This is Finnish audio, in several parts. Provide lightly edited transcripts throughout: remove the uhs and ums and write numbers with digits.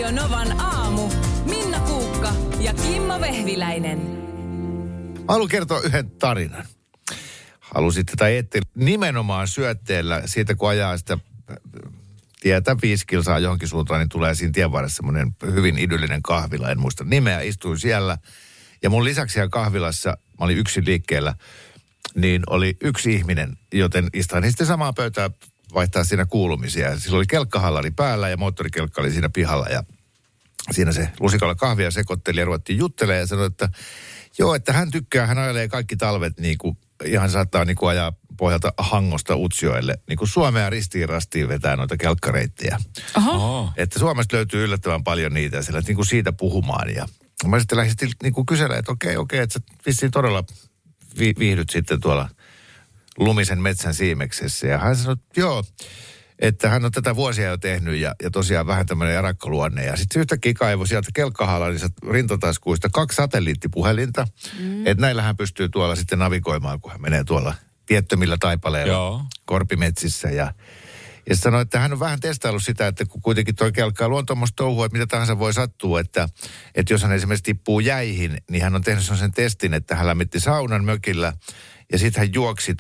Radio Novan aamu. Minna Kuukka ja Kimmo Vehviläinen. Haluan kertoa yhden tarinan. Halusitte tai ette nimenomaan syötteellä siitä, kun ajaa sitä tietä 5 kilsaa johonkin suuntaan, niin tulee siinä tien varressa semmoinen hyvin idyllinen kahvila. En muista nimeä, istuin siellä. Ja mun lisäksi siellä kahvilassa, mä olin yksin liikkeellä, niin oli yksi ihminen, joten istuin sitten samaa pöytää vaihtaa siinä kuulumisia. Sillä oli kelkkahallari päällä ja moottorikelkka oli siinä pihalla ja siinä se lusikalla kahvia sekoitteli ja ruvettiin juttelemaan ja sanoi, että joo, että hän tykkää, hän ajelee kaikki talvet niin kuin, ihan saattaa niin kuin ajaa pohjalta Hangosta Utsjoelle, niin kuin Suomea ristiin rastiin vetää noita kelkkareittejä. Aha. Että Suomesta löytyy yllättävän paljon niitä ja sillä niin kuin siitä puhumaan ja mä sitten lähdin niin kuin kyselemään, että okei, että sä vissiin todella viihdyt sitten tuolla lumisen metsän siimeksessä. Ja hän sanoi, että joo, että hän on tätä vuosia jo tehnyt ja tosiaan vähän tämmöinen jarakkoluonne. Ja sitten yhtäkkiä kaivoi sieltä kelkkahalarissa rintataskuista 2 satelliittipuhelinta. Että näillä hän pystyy tuolla sitten navigoimaan, kun hän menee tuolla tiettömillä taipaleilla korpimetsissä. Ja sanoi, että hän on vähän testaillut sitä, että kun kuitenkin toi kelkkailu on tuommoista touhua, että mitä tahansa voi sattua, että jos hän esimerkiksi tippuu jäihin, niin hän on tehnyt sellaisen testin, että hän lämmitti saunan mökillä ja sitten hän juoksi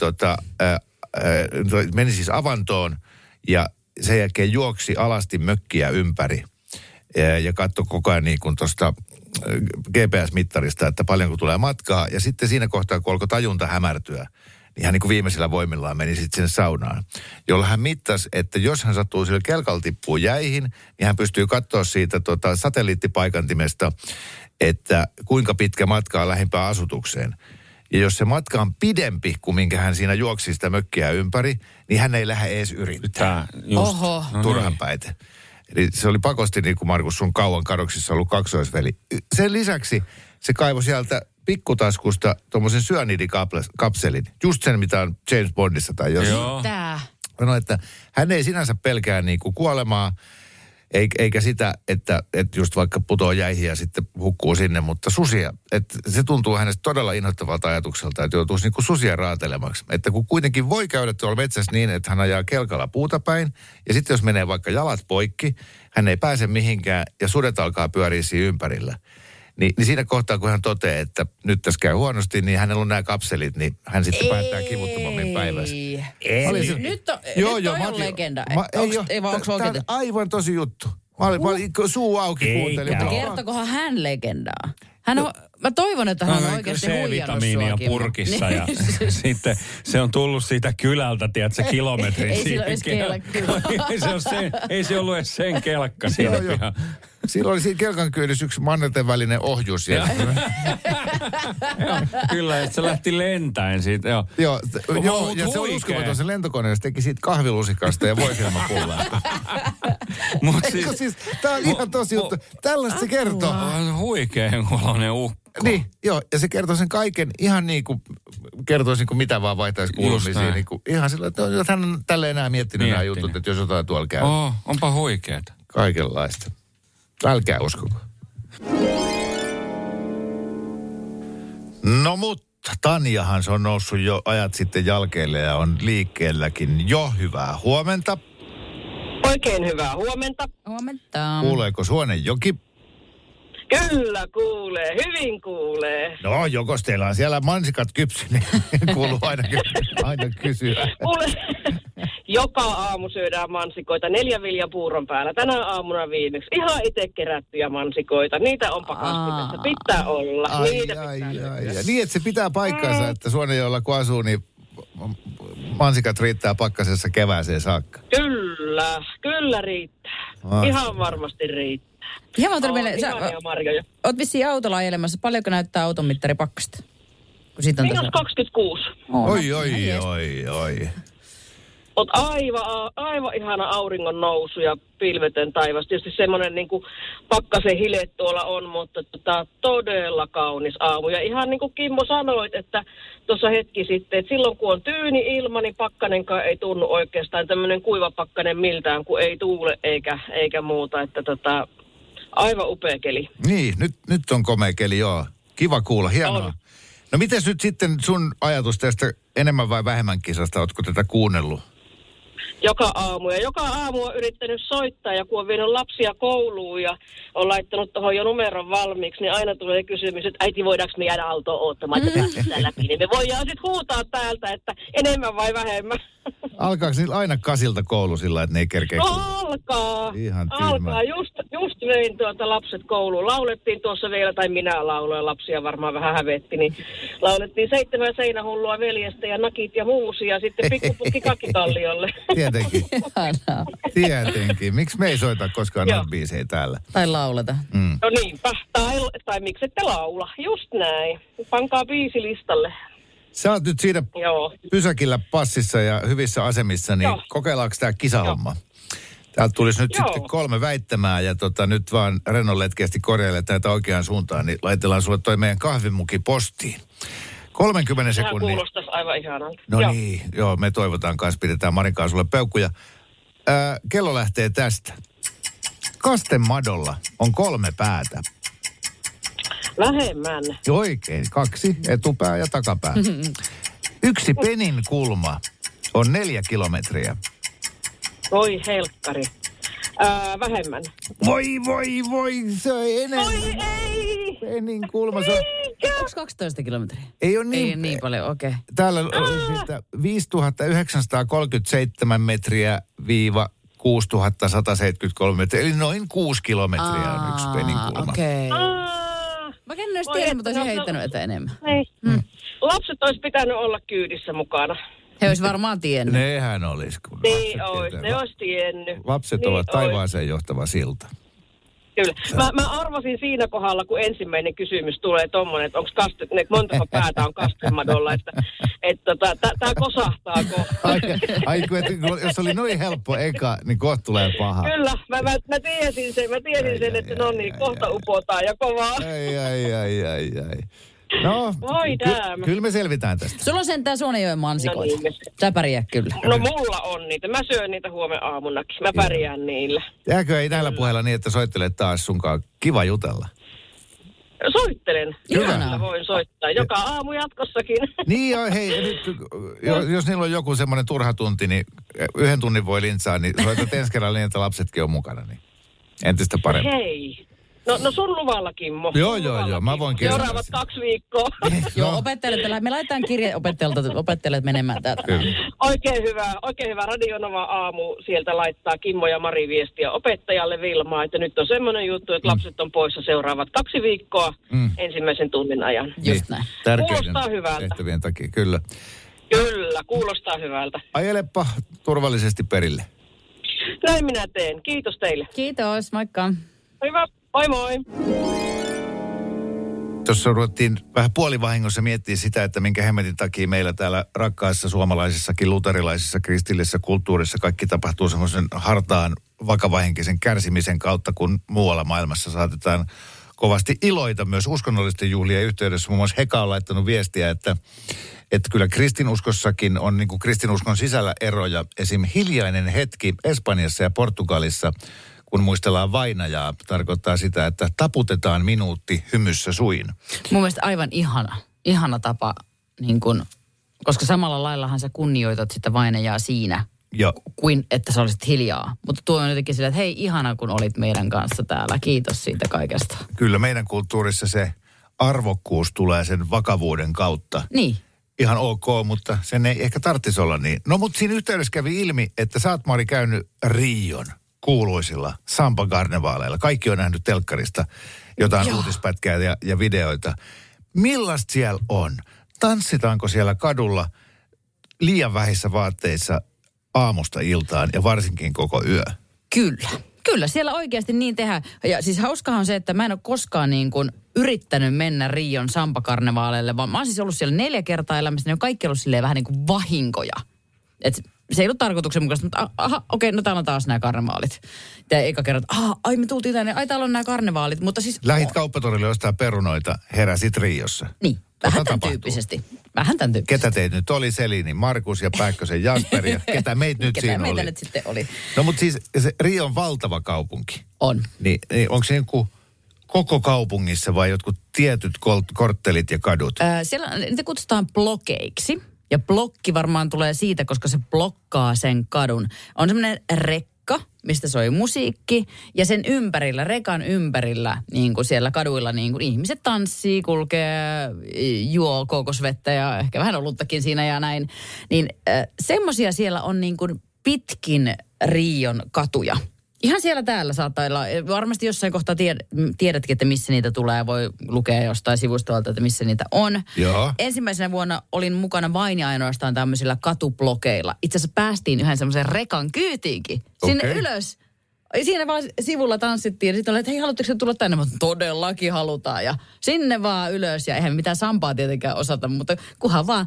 meni siis avantoon ja sen jälkeen juoksi alasti mökkiä ympäri ja katsoi koko ajan niin kuin tuosta GPS-mittarista, että paljonko tulee matkaa ja sitten siinä kohtaa, kun alkoi tajunta hämärtyä, niin hän niin kuin viimeisillä voimillaan meni sitten sinne saunaan, jolla hän mittasi, että jos hän sattuu sille kelkalla tippuu jäihin, niin hän pystyy katsoa siitä satelliittipaikantimesta, että kuinka pitkä matka on lähimpään asutukseen. Ja jos se matka on pidempi kuin minkä hän siinä juoksi sitä mökkiä ympäri, niin hän ei lähde edes yrittää. Oho. Turhan päite. Eli se oli pakosti niin kuin Markus sun kauan kadoksissa ollut kaksoisveli. Sen lisäksi se kaivoi sieltä pikkutaskusta tuommoisen syanidikapselin. Just sen, mitä on James Bondissa tai jossain. Mitä? Sanoi, että hän ei sinänsä pelkää niin kuin kuolemaa, eikä sitä, että just vaikka putoo jäihin ja sitten hukkuu sinne, mutta susia. Että se tuntuu hänestä todella inhottavalta ajatukselta, että joutuisi niin kuin susia raatelemaksi. Että kun kuitenkin voi käydä tuolla metsässä niin, että hän ajaa kelkalla puuta päin, ja sitten jos menee vaikka jalat poikki, hän ei pääse mihinkään ja sudet alkaa pyöriä siinä ympärillä. Niin siinä kohtaa, kun hän toteaa, että nyt tässä käy huonosti, niin hänellä on nämä kapselit, niin hän sitten päättää kivuttomammin päivässä. Nyt on legenda. Onko oikein? Aivan tosi juttu. Mä olin suu auki kuuntelin. Kertokohan hän legendaa? Mä toivon, että hän on oikeasti huijannut C-vitamiinia purkissa ja sitten se on tullut siitä kylältä, tiedätkö, kilometrin. Ei sillä edes Ei se ollut edes sen kelkka siinä pihan. Silloin oli siinä kelkan kyydissä yksi mannerten välinen ohjus. Kyllä, että se lähti lentäen siitä. Joo, ja se on uskomaton. Se lentokone teki siitä kahvilusikasta ja voikelmapullaa. Tää on ihan tosi juttu. Tällaista se kertoo. On huikean kuuloinen ukko. Niin, joo, ja se kertoo sen kaiken ihan niin kuin, kertoisin kuin mitä vaan vaihtaisi kuulumisiin. Niin kuin, ihan sillä, että hän on tälle enää miettinyt nämä jutut, että jos jotain tuolla käy. Onpa huikeeta. Kaikenlaista. Älkää uskoko. No mutta Tanjahan se on noussut jo ajat sitten jalkeille ja on liikkeelläkin jo. Hyvää huomenta. Oikein hyvää huomenta. Huomenta. Kuuleeko Suonenjoki? Kyllä kuulee, hyvin kuulee. No, jokos teillä on siellä mansikat kypsy, niin kuuluu aina kysyä. Joka aamu syödään mansikoita 4 viljapuuron päällä. Tänä aamuna viimeksi. Ihan itse kerättyjä mansikoita. Niitä on pakastimessa. Pitää olla. Ja niin, että se pitää paikkansa, että Suonenjoella kun asuu, niin mansikat riittää pakkasessa kevääseen saakka. Kyllä riittää. Ihan varmasti riittää. Ihan oot vissiin autolla ajelemassa. Paljonko näyttää automittari pakkasta? Minus 26. Oi. Mut aivan ihana auringon nousu ja pilvetön taivas. Tietysti semmoinen niin kuin pakkasen hile tuolla on, mutta todella kaunis aamu. Ja ihan niin kuin Kimmo sanoit, että tuossa hetki sitten, että silloin kun on tyyni ilma, niin pakkanenkaan ei tunnu oikeastaan tämmöinen kuiva pakkanen miltään, kun ei tuule eikä muuta. Että aivan upea keli. Niin, nyt on komea keli, joo. Kiva kuulla, hienoa. On. No mites nyt sitten sun ajatus tästä enemmän vai vähemmän kisasta, ootko tätä kuunnellut? joka aamu. Ja joka aamu on yrittänyt soittaa ja kun on vienyt lapsia kouluun ja on laittanut tuohon jo numeron valmiiksi, niin aina tulee kysymys, että äiti, voidaanko me jäädä autoon odottamaan, että päästään läpi. Niin me voidaan sitten huutaa täältä, että enemmän vai vähemmän. Alkaako niillä aina 8 koulu sillä, että ne ei kerkeä? Alkaa. Ihan tyhmä. Alkaa. Just vein lapset kouluun. Laulettiin tuossa vielä, tai minä lauloin, lapsia varmaan vähän hävetti, niin laulettiin 7 seinähullua veljestä ja nakit ja huusi ja sitten pikkupukki kakitalliolle. Tietenkin. Tietenkin. Miksi me ei soita koskaan noita biisejä täällä? Tai lauleta. No niinpä. Tai miksi ette laula? Just näin. Pankaa biisi listalle. Sä oot nyt siinä pysäkillä passissa ja hyvissä asemissa, niin kokeillaanko tämä kisahomma? Täältä tulisi nyt sitten 3 väittämää ja nyt vaan rennonletkeästi korjaille tätä oikeaan suuntaan, niin laitellaan sulle toi meidän kahvimuki postiin. 30 sekunnin. Sehän kuulostaisi aivan ihanalta. No niin, me toivotaan kanssa, pidetään Marinkaan sulle peukkuja. Kello lähtee tästä. Kastemadolla on 3 päätä. Vähemmän. Oikein, 2 etupää ja takapää. 1 penin kulma on 4 kilometriä. Voi helkkari. Vähemmän. Voi, se on enemmän. Voi ei! Penin kulma, se on... Onko 12 kilometriä? Ei ole Ei niin paljon, okei. Okay. Täällä on siitä 5937 metriä viiva 6173 metriä. Eli noin 6 kilometriä on 1 penin kulma. Okei. Mä en edes tiedä, mutta olisin heittänyt, että enemmän. Ei. Lapset olisi pitänyt olla kyydissä mukana. He olisi varmaan tiennyt. Nehän olisi. Ne olisi tiennyt. Lapset ovat taivaaseen johtava silta. Kyllä. Mä arvasin siinä kohdalla, kun ensimmäinen kysymys tulee tommonen, että onko montako päätä on kastemadolla, että tää kosahtaa kohta. Jos oli noin helppo eka, niin kohta tulee paha. Kyllä, mä tiesin sen, että no niin, kohta upotaan ja kovaa. Ai. No, kyllä me selvitään tästä. Sulla on sentään Suonenjoen mansikoita. No niin. Sä pärjää kyllä. No mulla on niitä. Mä syön niitä huomenna aamunakin. Mä pärjään niillä. Jääkö ei näillä puheilla niin, että soittelet taas sunkaan? Kiva jutella. Soittelen. Ihanaa. Voin soittaa. Joka aamu jatkossakin. Niin hei, nyt, jos niillä on joku semmoinen turha tunti, niin 1 tunnin voi lintsaa, niin soitat ensi kerralla niin, että lapsetkin on mukana. Niin entistä paremmin. Hei. No sun luvalla, Kimmo. Joo, mä voin kirjoittaa. Seuraavat 2 viikkoa. Joo, opettajat, me laitetaan kirje opettajat menemään täältä. Oikein hyvä. Radio Nova aamu sieltä laittaa Kimmo ja Mari viestiä opettajalle Vilmaa, että nyt on semmoinen juttu, että lapset on poissa seuraavat 2 viikkoa ensimmäisen tunnin ajan. Just näin. Kuulostaa hyvältä. Tehtävien takia, kyllä. Kyllä, kuulostaa hyvältä. Ajelepa turvallisesti perille. Näin minä teen. Kiitos teille. Kiitos, moikka. Hyvä. Moi. Tuossa ruvettiin vähän puolivahingossa miettiä sitä, että minkä hemmetin takia meillä täällä rakkaassa suomalaisissakin luterilaisissa kristillisessä kulttuurissa kaikki tapahtuu semmoisen hartaan vakavahenkisen kärsimisen kautta, kun muualla maailmassa saatetaan kovasti iloita myös uskonnollisten juhlien yhteydessä. Muun muassa Heka on laittanut viestiä, että kyllä kristinuskossakin on niin kuin kristinuskon sisällä eroja. Esim. Hiljainen hetki Espanjassa ja Portugalissa, kun muistellaan vainajaa, tarkoittaa sitä, että taputetaan minuutti hymyssä suin. Mun mielestä aivan ihana tapa, niin kun, koska samalla laillahan sä kunnioitat sitä vainajaa siinä, kuin että sä olisit hiljaa. Mutta tuo on jotenkin sillä, että hei, ihana kun olit meidän kanssa täällä. Kiitos siitä kaikesta. Kyllä meidän kulttuurissa se arvokkuus tulee sen vakavuuden kautta. Niin. Ihan ok, mutta sen ei ehkä tarvitsisi olla niin. No mutta siinä yhteydessä kävi ilmi, että sä oot, Mari, käynyt Rion kuuluisilla Sampa-karnevaaleilla. Kaikki on nähnyt telkkarista jotain uutispätkää ja videoita. Millaista siellä on? Tanssitaanko siellä kadulla liian vähissä vaatteissa aamusta iltaan ja varsinkin koko yö? Kyllä, siellä oikeasti niin tehdään. Ja siis hauskahan on se, että mä en ole koskaan niin kuin yrittänyt mennä Rion Sampa-karnevaaleille, vaan mä oon siis ollut siellä 4 kertaa elämässä, ne on kaikki ollut silleen vähän niin kuin vahinkoja. Et se ei ollut tarkoituksenmukaista, mutta okei, no täällä on taas nämä karnevaalit. Ja eka kerran, että me tultiin tänne, täällä on nämä karnevaalit, mutta siis... Lähit kauppatorille ostaa perunoita, heräsit Riossa. Niin, vähän tämän tyyppisesti. Ketä teitä nyt oli? Selini, Markus ja Pääkkösen Jasper ja ketä meitä nyt siinä oli? Ketä meitä nyt sitten oli? No mutta siis se Rio on valtava kaupunki. On. Niin onko se joku koko kaupungissa vai jotkut tietyt korttelit ja kadut? Siellä niitä kutsutaan blokeiksi. Ja blokki varmaan tulee siitä, koska se blokkaa sen kadun. On semmoinen rekka, mistä soi musiikki, ja sen ympärillä, rekan ympärillä, niin kuin siellä kaduilla, niin kuin ihmiset tanssii, kulkee, juo kokosvettä ja ehkä vähän oluttakin siinä ja näin. Niin semmoisia siellä on niin kuin pitkin Rion katuja. Ihan siellä täällä saattaa olla. Varmasti jossain kohtaa tiedätkin, että missä niitä tulee. Voi lukea jostain sivustolta, että missä niitä on. Joo. Ensimmäisenä vuonna olin mukana vain ja ainoastaan tämmöisillä katublokeilla. Itse asiassa päästiin yhden semmoisen rekan kyytiinkin. Sinne ylös. Siinä vaan sivulla tanssittiin ja sitten oli, että hei, haluatteko tulla tänne? Mutta todellakin halutaan. Ja sinne vaan ylös ja eihän mitään sampaa tietenkään osata, mutta kunhan vaan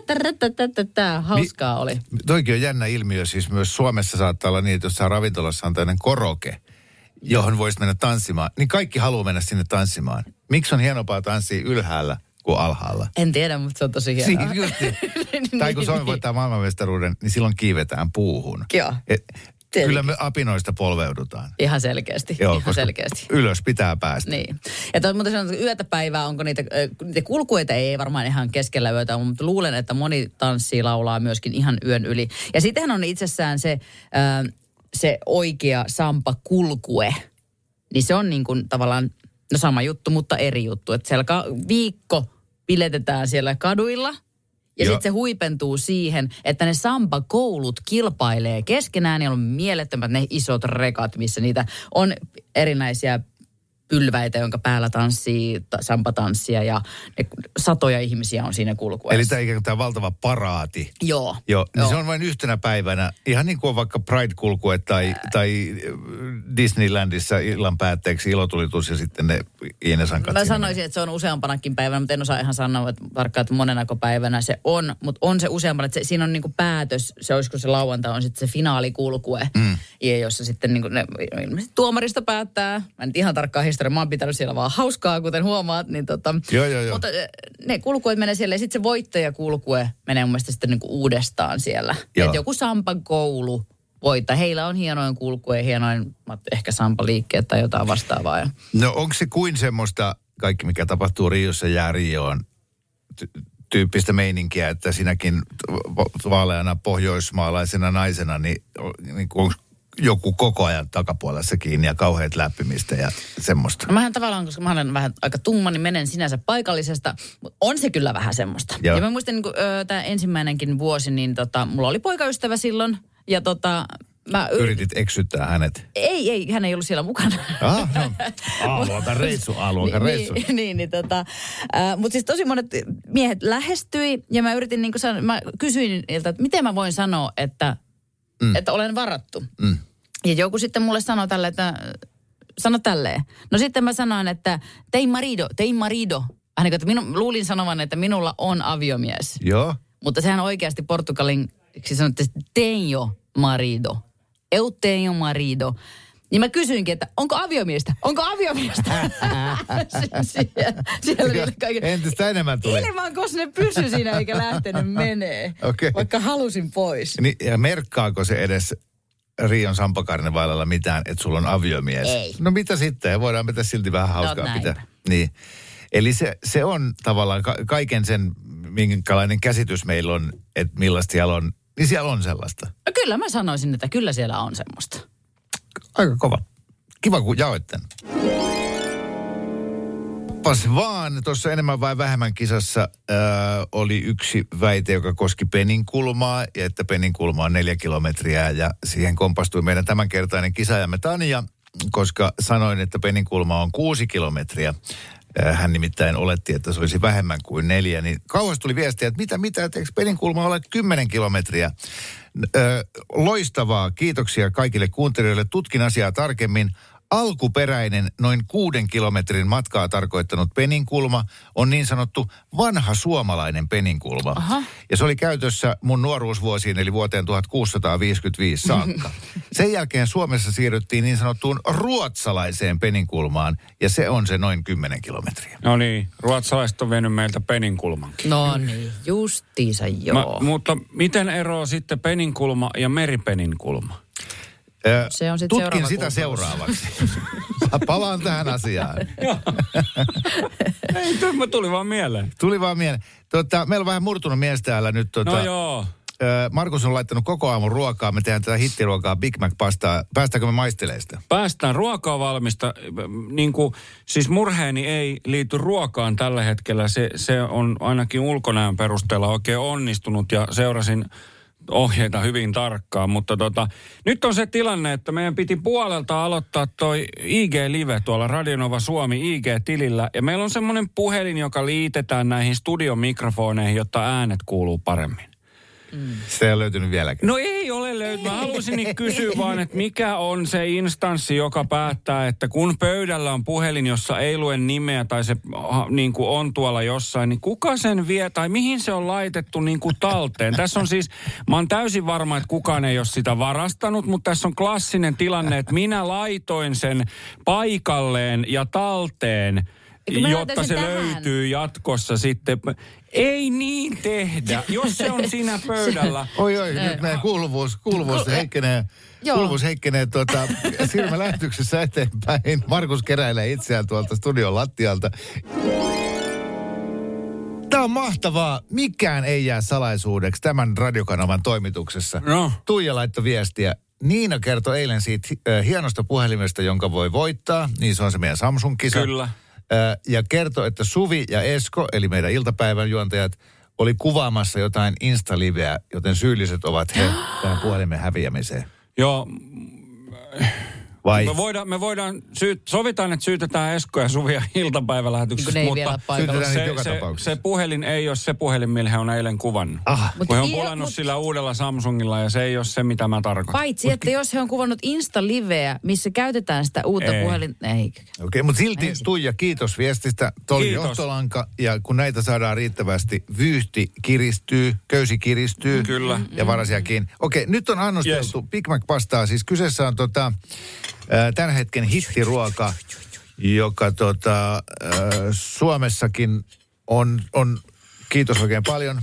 hauskaa oli. Toikin on jännä ilmiö, siis myös Suomessa saattaa olla niin, että jossain ravintolassa on tämmöinen koroke, johon voisi mennä tanssimaan. Niin kaikki haluaa mennä sinne tanssimaan. Miksi on hienompaa tanssia ylhäällä kuin alhaalla? En tiedä, mutta se on tosi hienoa. Tai kun Suomi voittaa maailmanmestaruuden, niin silloin kiivetään puuhun. Joo. Kyllä me apinoista polveudutaan. Ihan selkeästi. Joo, ihan selkeästi. Ylös pitää päästä. Niin. Ja muuten sanon, että yötä päivää, onko niitä kulkueita ei varmaan ihan keskellä yötä, mutta luulen, että moni tanssii laulaa myöskin ihan yön yli. Ja sittenhän on itsessään se oikea sampa-kulkue. Niin se on niin kuin tavallaan, no sama juttu, mutta eri juttu. Että siellä viikko piletetään siellä kaduilla. Ja sitten se huipentuu siihen, että ne sampakoulut kilpailee keskenään. Niin on mielettömät ne isot rekat, missä niitä on erinäisiä pylväitä, jonka päällä tanssii sampatanssia ja satoja ihmisiä on siinä kulkuessa. Eli tämä ikään kuin tämä valtava paraati. Joo. Niin se on vain yhtenä päivänä. Ihan niin kuin on vaikka Pride-kulkue tai Disneylandissa illan päätteeksi ilotulitus ja sitten ne Iinesankat. Mä sanoisin, että se on useampanakin päivänä, mutta en osaa ihan sanoa, että tarkkaan, että monenako päivänä se on. Mutta on se useampana, että siinä on niin kuin päätös, se olisiko se lauantai, on sitten se finaalikulkue, jossa sitten niin kuin tuomarista päättää. Mä en ihan tarkkaan mä oon pitänyt siellä vaan hauskaa, kuten huomaat. Niin Joo. Mutta ne kulkueet menee siellä ja sitten se voittajakulkue menee mun mielestä sitten niinku uudestaan siellä. Että joku Sampan koulu voittaa. Heillä on hienoin kulkue, hienoin ehkä Sampa-liikkeet tai jotain vastaavaa. No onko se kuin semmoista, kaikki mikä tapahtuu Riossa jää Rioon, tyyppistä meininkiä, että sinäkin vaaleana pohjoismaalaisena naisena, niin onko joku koko ajan takapuolessa kiinni ja kauheat läppimistä ja semmoista. Mähän tavallaan, koska mä olen vähän aika tumma, niin menen sinänsä paikallisesta, mutta on se kyllä vähän semmoista. Joo. Ja mä muistan, niin tämä ensimmäinenkin vuosi, niin mulla oli poikaystävä silloin ja yritit eksyttää hänet? Ei, hän ei ollut siellä mukana. A-luokan reissu. Mutta siis tosi monet miehet lähestyi ja mä yritin mä kysyin niiltä, että miten mä voin sanoa, että olen varattu. Ja joku sitten mulle sanoi tälle, että sano tälleen. No sitten mä sanoin, että tein marido. Luulin sanovan, että minulla on aviomies. Joo. Mutta sehän oikeasti portugaliksi sanottiin, että tenho marido. Eu tenho marido. Niin mä kysyinkin, että onko aviomiestä? Siellä entistä enemmän tuli. Ilman, koska ne pysyi siinä eikä lähtenyt menee. Okay. Vaikka halusin pois. Ja merkkaako se edes Rion Sampakarnevaalilla mitään, että sulla on aviomies? Ei. No mitä sitten? Voidaan pitää silti vähän hauskaa pitää. Niin. Eli se on tavallaan kaiken sen, minkälainen käsitys meillä on, että millaista siellä on, niin siellä on sellaista. No kyllä mä sanoisin, että kyllä siellä on semmoista. Aika kova. Kiva, kun jaoit tämän. Pas vaan, tuossa enemmän vai vähemmän kisassa oli yksi väite, joka koski peninkulmaa, ja että peninkulma on 4 kilometriä, ja siihen kompastui meidän tämänkertainen kisaajamme Tanja, koska sanoin, että peninkulma on 6 kilometriä. Hän nimittäin oletti, että se olisi vähemmän kuin 4, niin kauas tuli viestiä, että mitä, eikö peninkulma ole 10 kilometriä? Loistavaa, kiitoksia kaikille kuuntelijoille. Tutkin asiaa tarkemmin. Alkuperäinen noin 6 kilometrin matkaa tarkoittanut peninkulma on niin sanottu vanha suomalainen peninkulma. Aha. Ja se oli käytössä mun nuoruusvuosiin, eli vuoteen 1655 saakka. Sen jälkeen Suomessa siirryttiin niin sanottuun ruotsalaiseen peninkulmaan, ja se on se noin 10 kilometriä. No niin, ruotsalaiset on vienyt meiltä peninkulmankin. No niin, justiinsa joo. Mutta miten eroaa sitten peninkulma ja meripeninkulma? Se on tutkin sitä seuraavaksi. Palaan tähän asiaan. Ei, tuli vaan mieleen. Meillä on vähän murtunut mies täällä nyt. No joo. Markus on laittanut koko aamun ruokaa. Me tehdään tätä hittiruokaa, Big Mac-pastaa. Päästäänkö me maistelemaan sitä? Päästään ruokaa valmista. Siis murheeni ei liity ruokaan tällä hetkellä. Se on ainakin ulkonäön perusteella oikein onnistunut ja seurasin ohjeita hyvin tarkkaan. Mutta nyt on se tilanne, että meidän piti puolelta aloittaa toi IG-live tuolla Radionova Suomi IG-tilillä. Ja meillä on semmoinen puhelin, joka liitetään näihin studiomikrofoneihin, jotta äänet kuuluu paremmin. Se ei ole löytynyt vieläkään. No ei ole löytynyt. Mä haluaisin kysyä vaan, että mikä on se instanssi, joka päättää, että kun pöydällä on puhelin, jossa ei lue nimeä tai se niin kuin on tuolla jossain, niin kuka sen vie tai mihin se on laitettu niin kuin talteen? Tässä on siis, mä oon täysin varma, että kukaan ei ole sitä varastanut, mutta tässä on klassinen tilanne, että minä laitoin sen paikalleen ja talteen, jotta se löytyy jatkossa sitten. Ei niin tehdä, jos se on siinä pöydällä. Oi, nyt meidän kuuluvuus heikkenee. Kuuluvuus heikkenee siirrymme lähetyksessä eteenpäin. Markus keräilee itseään tuolta studion lattialta. Tämä on mahtavaa. Mikään ei jää salaisuudeksi tämän radiokanavan toimituksessa. No. Tuija laittoi viestiä. Niina kertoi eilen siitä hienosta puhelimesta, jonka voi voittaa. Niin se on se meidän Samsung-kisa. Kyllä. Ja kertoi, että Suvi ja Esko, eli meidän iltapäivän juontajat, oli kuvaamassa jotain Insta-liveä, joten syylliset ovat he tähän puhelimen häviämiseen. Joo. Vai? Me voidaan sovitaan, että syytetään Esko ja Suvia iltapäivälähetyksestä, mutta se puhelin ei ole se puhelin, millä he on eilen kuvannut. Kun he on kuvannut sillä uudella Samsungilla ja se ei ole se, mitä mä tarkoitan. Paitsi, että jos he on kuvannut Insta-liveä, missä käytetään sitä uutta puhelinta. Okei, mutta silti Tuija, kiitos viestistä. Toli johtolanka ja kun näitä saadaan riittävästi, vyyhti kiristyy, köysi kiristyy. Kyllä. Ja varasiakin. Okei, nyt on annosteltu Big Mac-pastaa. Siis kyseessä on tämän hetken hittiruoka, joka Suomessakin on, kiitos oikein paljon,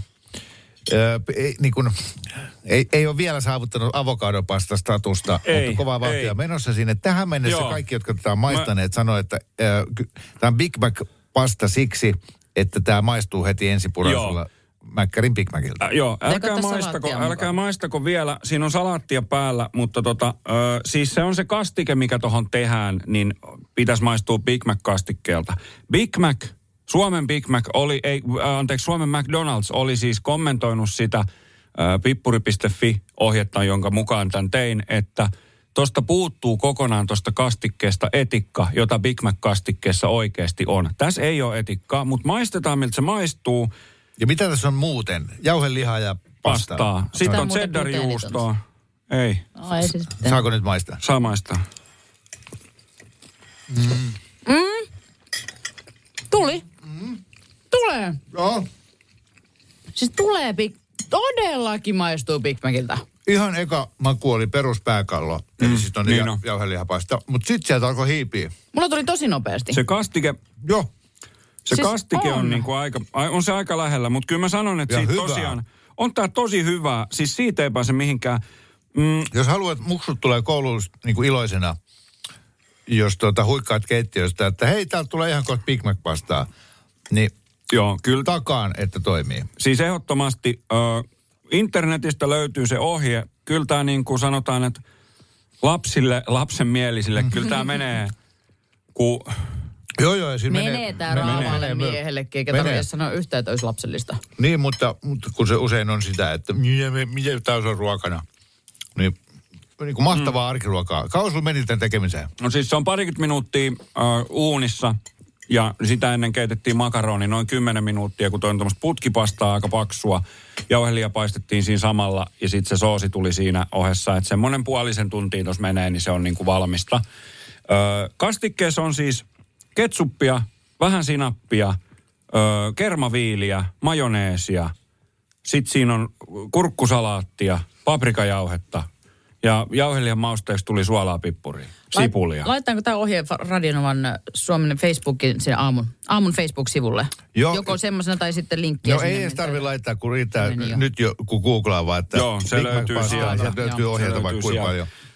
ei ole vielä saavuttanut avokadopasta-statusta, mutta kovaa vauhtia menossa sinne. Tähän mennessä kaikki, jotka tätä on maistaneet, sanoo, että tämä on Big Mac-pasta siksi, että tämä maistuu heti ensipurasulla. Mäkkärin Big Macilta. Joo, älkää maistako vielä. Siinä on salaattia päällä, mutta siis se on se kastike, mikä tohon tehdään, niin pitäisi maistua Big Mac-kastikkeelta. Big Mac, Suomen Big Mac Suomen McDonald's oli siis kommentoinut sitä pippuri.fi-ohjetta, jonka mukaan tämän tein, että tosta puuttuu kokonaan tosta kastikkeesta etikka, jota Big Mac-kastikkeessa oikeasti on. Tässä ei ole etikkaa, mutta maistetaan, miltä se maistuu. Ja mitä tässä on muuten? Jauhelihaa ja pastaa. Sitten on cheddar-juustoa. Ei. Saako nyt maistaa? Saa maistaa. Tuli. Tulee. Joo. Siis tulee todellakin maistuu Big Macilta. Ihan eka maku oli peruspääkallo. Eli siis on niin jauhelihapasta. Mutta sitten sieltä alkoi hiipiä. Mulla tuli tosi nopeasti. Se kastike. Joo. Se siis kastike on niinku on se aika lähellä, mutta kyllä mä sanon, että siitä tosiaan on tää tosi hyvää. Siis siitä ei pääse mihinkään. Jos haluat, muksut tulee kouluun niinku iloisena, jos huikkaat keittiöstä, että hei, täältä tulee ihan kohta Big Mac-pastaa, niin joo, kyllä takaan, että toimii. Siis ehdottomasti internetistä löytyy se ohje. Kyllä tää niin kuin sanotaan, että lapsenmielisille, kyllä tää menee, kun... Joo, ja siinä menee tää raavalle miehellekin, eikä tarvitse sanoa yhtään, että olisi lapsellista. Niin, mutta kun se usein on sitä, että mitä taas on ruokana, niin kuin mahtavaa arkiruokaa. Kauan sulla meni tämän tekemiseen? No siis se on 20 minuuttia uunissa ja sitä ennen keitettiin makaroni noin 10 minuuttia, kun toin tuommoista putkipastaa aika paksua. Jauhelia paistettiin siinä samalla ja sitten se soosi tuli siinä ohessa, että semmoinen puolisen tuntia tuossa menee, niin se on niin kuin valmista. Kastikkeessa on siis ketsuppia, vähän sinappia, kermaviiliä, majoneesia. Sitten siinä on kurkkusalaattia, paprikajauhetta ja jauhelijan mausteeksi tuli suolaa, pippuria, sipulia. Laitetaanko tämä ohje Radionovan Suomen Facebookin sinne aamun Facebook-sivulle? Joo. Joko semmoisena tai sitten linkkiä. No ei edes tarvitse laittaa, kun riittää nyt jo, kun googlaa vaan, että joo, se löytyy sieltä. Sieltä löytyy ohjeita vaikka kuinka paljon.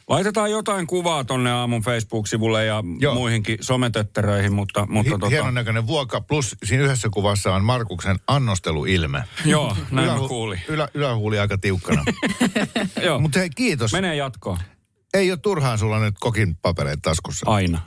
Laitetaan jotain kuvaa tonne aamun Facebook-sivulle ja muihinkin sometötteröihin, mutta hienon näköinen vuoka, plus siinä yhdessä kuvassa on Markuksen annosteluilme. Joo, näin mä kuulin. Ylähuuli aika tiukkana. Joo. Mutta hei, kiitos. Menee jatkoon. Ei ole turhaan sulla nyt kokin papereita taskussa. Aina.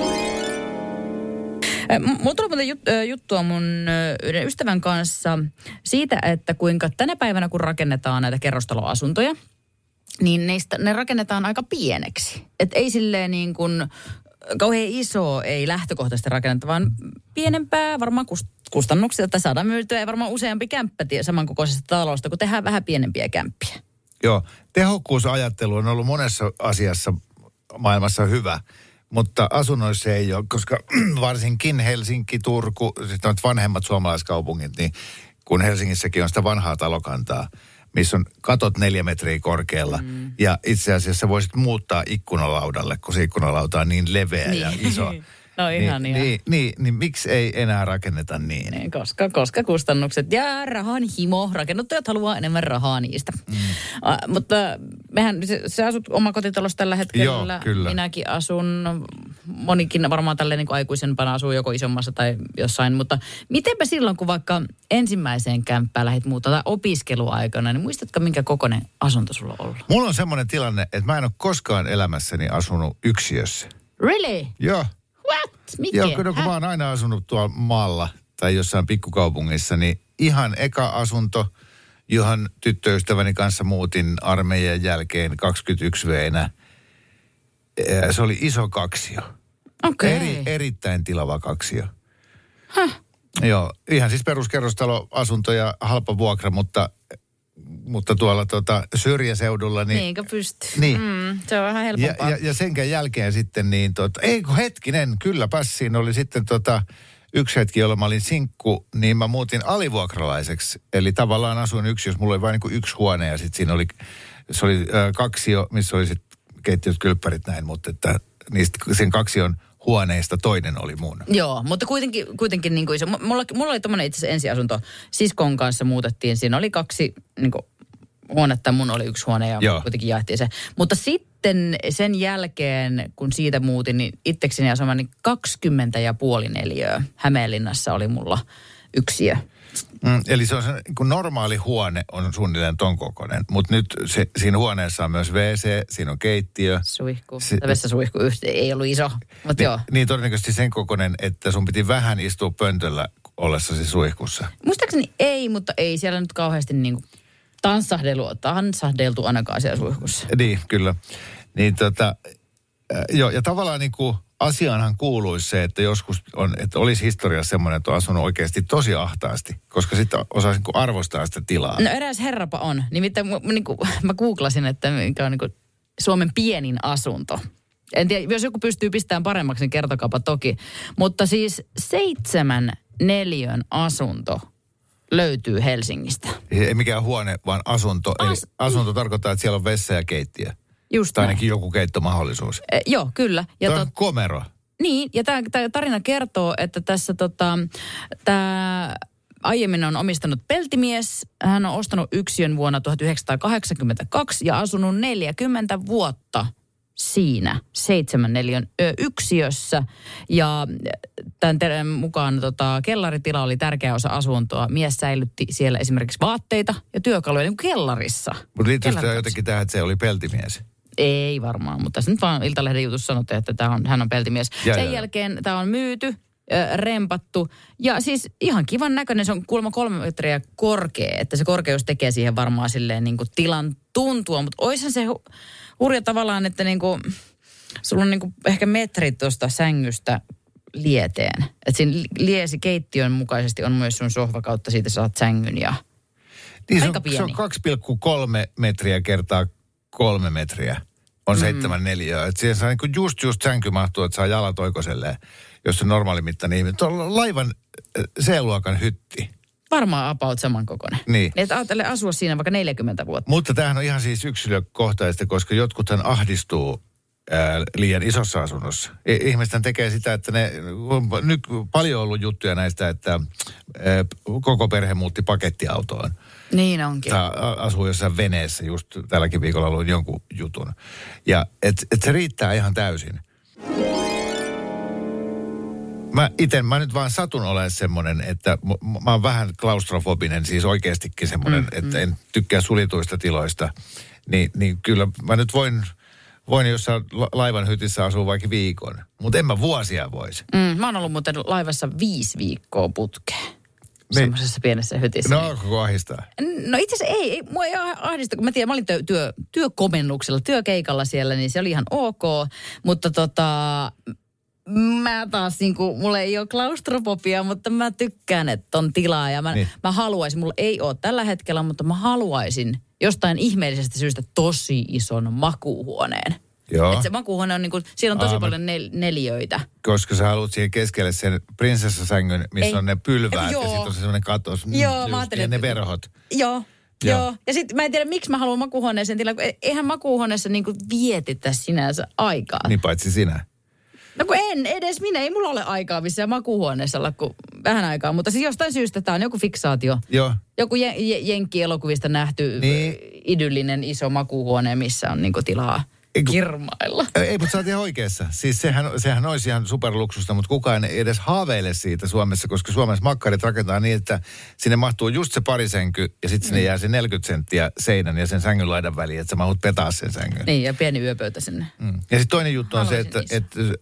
Mulla tuli muuten juttua mun yhden ystävän kanssa siitä, että kuinka tänä päivänä, kun rakennetaan näitä kerrostaloasuntoja, niin ne rakennetaan aika pieneksi. Että ei silleen niin kuin kauhean iso, ei lähtökohtaisesti rakennetta, vaan pienempää varmaan kustannuksia, että saadaan myytyä ja varmaan useampi kämppä samankokoisesta talosta, kun tehdään vähän pienempiä kämppiä. Joo, tehokkuusajattelu on ollut monessa asiassa maailmassa hyvä, mutta asunnoissa ei ole, koska varsinkin Helsinki, Turku, sitten vanhemmat suomalaiskaupungit, niin kun Helsingissäkin on sitä vanhaa talokantaa, missä on katot 4 metriä korkealla. Ja itse asiassa voisit muuttaa ikkunalaudalle, kun se ikkunalauta on niin leveä ja iso. No ihan niin miksi ei enää rakenneta niin? Koska kustannukset ja rahan himo. Rakennuttajat haluaa enemmän rahaa niistä. Mutta mehän, sä asut omakotitalossa tällä hetkellä. Joo, kyllä. Minäkin asun. Monikin varmaan tälleen niin kuin aikuisempana asuu joko isommassa tai jossain. Mutta mitenpä silloin, kun vaikka ensimmäiseen kämppään lähdit muuta tai opiskeluaikana, niin muistatko, minkä kokoinen asunto sulla on ollut? Mulla on semmoinen tilanne, että mä en ole koskaan elämässäni asunut yksiössä. Really? Joo. What? Miten? Joo, kun mä oon aina asunut tuolla maalla tai jossain pikkukaupungissa, niin ihan eka asunto, johon tyttöystäväni kanssa muutin armeijan jälkeen 21-vuotiaana. Se oli iso kaksio. Okei. Erittäin tilava kaksio. Joo, ihan siis peruskerrostaloasunto ja halpa vuokra, mutta tuolla syrjäseudulla niin... Niinkö pystyy? Niin. Se on vähän helpompaa. Ja senkään jälkeen sitten niin hetkinen, kylläpäs siinä oli sitten yksi hetki, jolloin mä olin sinkku, niin mä muutin alivuokralaiseksi. Eli tavallaan asuin yksi, jos mulla oli vain niin kuin yksi huone ja sitten siinä oli, se oli kaksio, missä oli sitten keittiöt, kylppärit näin, mutta että niistä sen kaksion huoneista toinen oli mun. Joo, mutta kuitenkin niin kuin iso. Mulla oli tommoinen itse asiassa ensiasunto. Siskon kanssa muutettiin. Siinä oli 2 niin kuin huonetta, mun oli 1 huone ja kuitenkin jaettiin se. Mutta sitten sen jälkeen, kun siitä muutin, niin itsekseni asumaan niin 20,5 neliöä. Hämeenlinnassa oli mulla yksiö. Eli se on se, kun normaali huone on suunnilleen ton kokoinen, mutta nyt siinä huoneessa on myös WC, siinä on keittiö. Suihku. Vessasuihku ei ollut iso, mutta joo. Niin todennäköisesti sen kokoinen, että sun piti vähän istua pöntöllä ollessasi suihkussa. Muistaakseni ei, mutta ei siellä nyt kauheasti niinku tanssahdeltu ainakaan siellä suihkussa. Niin, kyllä. Niin joo, ja tavallaan niinku asiaanhan kuuluisi se, että joskus että olisi historiassa semmoinen, että on asunut oikeasti tosi ahtaasti, koska sitten osaisi arvostaa sitä tilaa. No eräs herrapa on. Nimittäin mä googlasin, että mikä on Suomen pienin asunto. En tiedä, jos joku pystyy pistämään paremmaksi, niin kertokaapa toki. Mutta siis 7 neliön asunto löytyy Helsingistä. Ei mikään huone, vaan asunto. Eli asunto tarkoittaa, että siellä on vessa ja keittiö. Just tai ainakin joku keittomahdollisuus. Joo, kyllä. Ja tämä on komero. Niin, ja tämä tarina kertoo, että tässä tämä aiemmin on omistanut peltimies. Hän on ostanut yksiön vuonna 1982 ja asunut 40 vuotta siinä 7 neliön yksiössä. Ja tämän mukaan kellaritila oli tärkeä osa asuntoa. Mies säilytti siellä esimerkiksi vaatteita ja työkaluja niin kuin kellarissa. Mutta liittyykö tämä jotenkin tähän, että se oli peltimies? Ei varmaan, mutta tässä nyt vaan Iltalehden jutussa sanottiin, että hän on peltimies. Sen jälkeen tämä on myyty, rempattu ja siis ihan kivan näköinen. Se on kuulemma 3 metriä korkea, että se korkeus tekee siihen varmaan silleen niin kuin tilan tuntua. Mutta oishan se hurja tavallaan, että niin kuin, sulla on niin kuin ehkä metrit tuosta sängystä lieteen. Että siinä liesi keittiön mukaisesti on myös sun sohva kautta, siitä saat sängyn ja niin aika pieni. Se on 2,3 metriä kertaa 3 metriä. On 7 neliöä. Että siihen saa niin just sänky mahtuu, että saa jalat oikoselleen, jos se normaalimittainen ihminen. Tuo on laivan C-luokan hytti. Varmaan about samankokoinen. Niin. Että ajattele asua siinä vaikka 40 vuotta. Mutta tämähän on ihan siis yksilökohtaista, koska jotkuthan ahdistuu liian isossa asunnossa. Ihmiset tekee sitä, että on nyt paljon ollut juttuja näistä, että koko perhe muutti pakettiautoon. Niin onkin. Tai asuu jossain veneessä, just tälläkin viikolla luin jonkun jutun. Ja et se riittää ihan täysin. Mä nyt vaan satun olemaan semmoinen, että mä oon vähän klaustrofobinen, siis oikeastikin semmoinen, että en tykkää sulituista tiloista. Niin kyllä mä nyt voin jossain laivan hytissä asua vaikka viikon, mutta en mä vuosia voisi. Mä oon ollut muuten laivassa 5 viikkoa putkeen. Semmoisessa pienessä hytissä. No, koko ahdistaa? No itse asiassa ei. Mua ei ahdista, kun mä tiedän, mä olin työkomennuksella, työkeikalla siellä, niin se oli ihan ok. Mutta mä taas mulla ei ole klaustrofobia, mutta mä tykkään, että on tilaa. Ja mä haluaisin, mulla ei ole tällä hetkellä, mutta mä haluaisin jostain ihmeellisestä syystä tosi ison makuuhuoneen. Joo. Että se makuuhuone on siellä on tosi paljon neliöitä. Koska sä haluat siihen keskelle sen prinsessasängyn, missä on ne pylväät ja sitten on se semmoinen katos. Joo, mä ajattelin, ja ne verhot. Joo. Ja sitten mä en tiedä, miksi mä haluan makuuhuoneeseen tilaa, kun eihän makuuhuoneessa vietitä sinänsä aikaa. Niin paitsi sinä. No kun minä, ei mulla ole aikaa missään makuuhuoneessa olla kuin vähän aikaa, mutta siis jostain syystä tämä on joku fiksaatio. Joo. Joku jenkkielokuvista nähty idyllinen iso makuuhuone, missä on tilaa kirmailla. Ei, mutta sä oot ihan oikeassa. Siis sehän olisi ihan superluksusta, mutta kukaan ei edes haaveile siitä Suomessa, koska Suomessa makkarit rakentaa niin, että sinne mahtuu just se parisänky ja sitten sinne jää se 40 senttiä seinän ja sen sängyn laidan väliin, että sä mahut petaa sen sängyn. Niin, ja pieni yöpöytä sinne. Ja sitten toinen juttu on se, että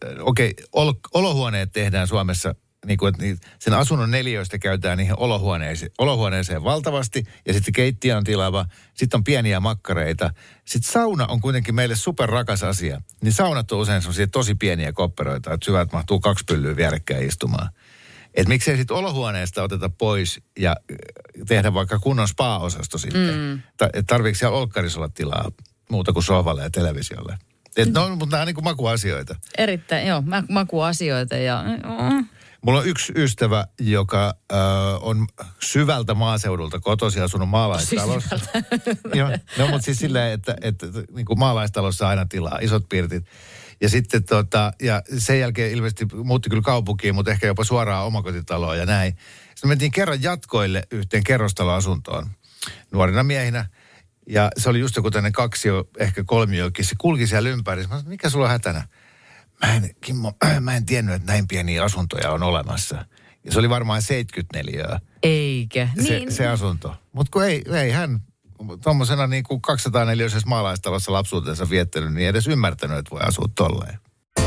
olohuoneet tehdään Suomessa niin kuin, että sen asunnon neliöistä käytetään niihin olohuoneeseen valtavasti, ja sitten keittiö on tilava, sitten on pieniä makkareita. Sitten sauna on kuitenkin meille superrakas asia. Niin saunat on usein sellaisia tosi pieniä kopperoita, että syvät mahtuu 2 pyllyä vierekkäin istumaan. Että miksei sitten olohuoneesta oteta pois ja tehdä vaikka kunnon spa-osasto sitten. Tarviiko siellä olkkarissa olla tilaa muuta kuin sohvalle ja televisiolle? Mutta nämä on niin kuin makuasioita. Erittäin, joo, makuasioita ja... Mulla on yksi ystävä, joka on syvältä maaseudulta kotoisin asunut maalaistalossa. Joo, no, mutta siis silleen, että niin kuin maalaistalossa aina tilaa, isot pirtit. Ja sitten ja sen jälkeen ilmeisesti muutti kyllä kaupunkiin, mutta ehkä jopa suoraan omakotitaloon ja näin. Sitten me mentiin kerran jatkoille yhteen kerrostaloasuntoon nuorina miehinä. Ja se oli just joku tämmöinen 2, ehkä 3 se kulki siellä ympäri. Mä sanoin, mikä sulla on hätänä? Mä en tiennyt, että näin pieniä asuntoja on olemassa. Ja se oli varmaan 74. Eikä. Se asunto. Mutta kun ei hän tommosena niin kuin 204 maalaistalossa lapsuutensa viettänyt, niin edes ymmärtänyt, että voi asua tolleen.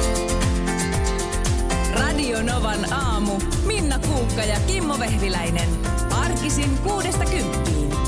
Radio Novan aamu. Minna Kuukka ja Kimmo Vehviläinen. Arkisin 6–10.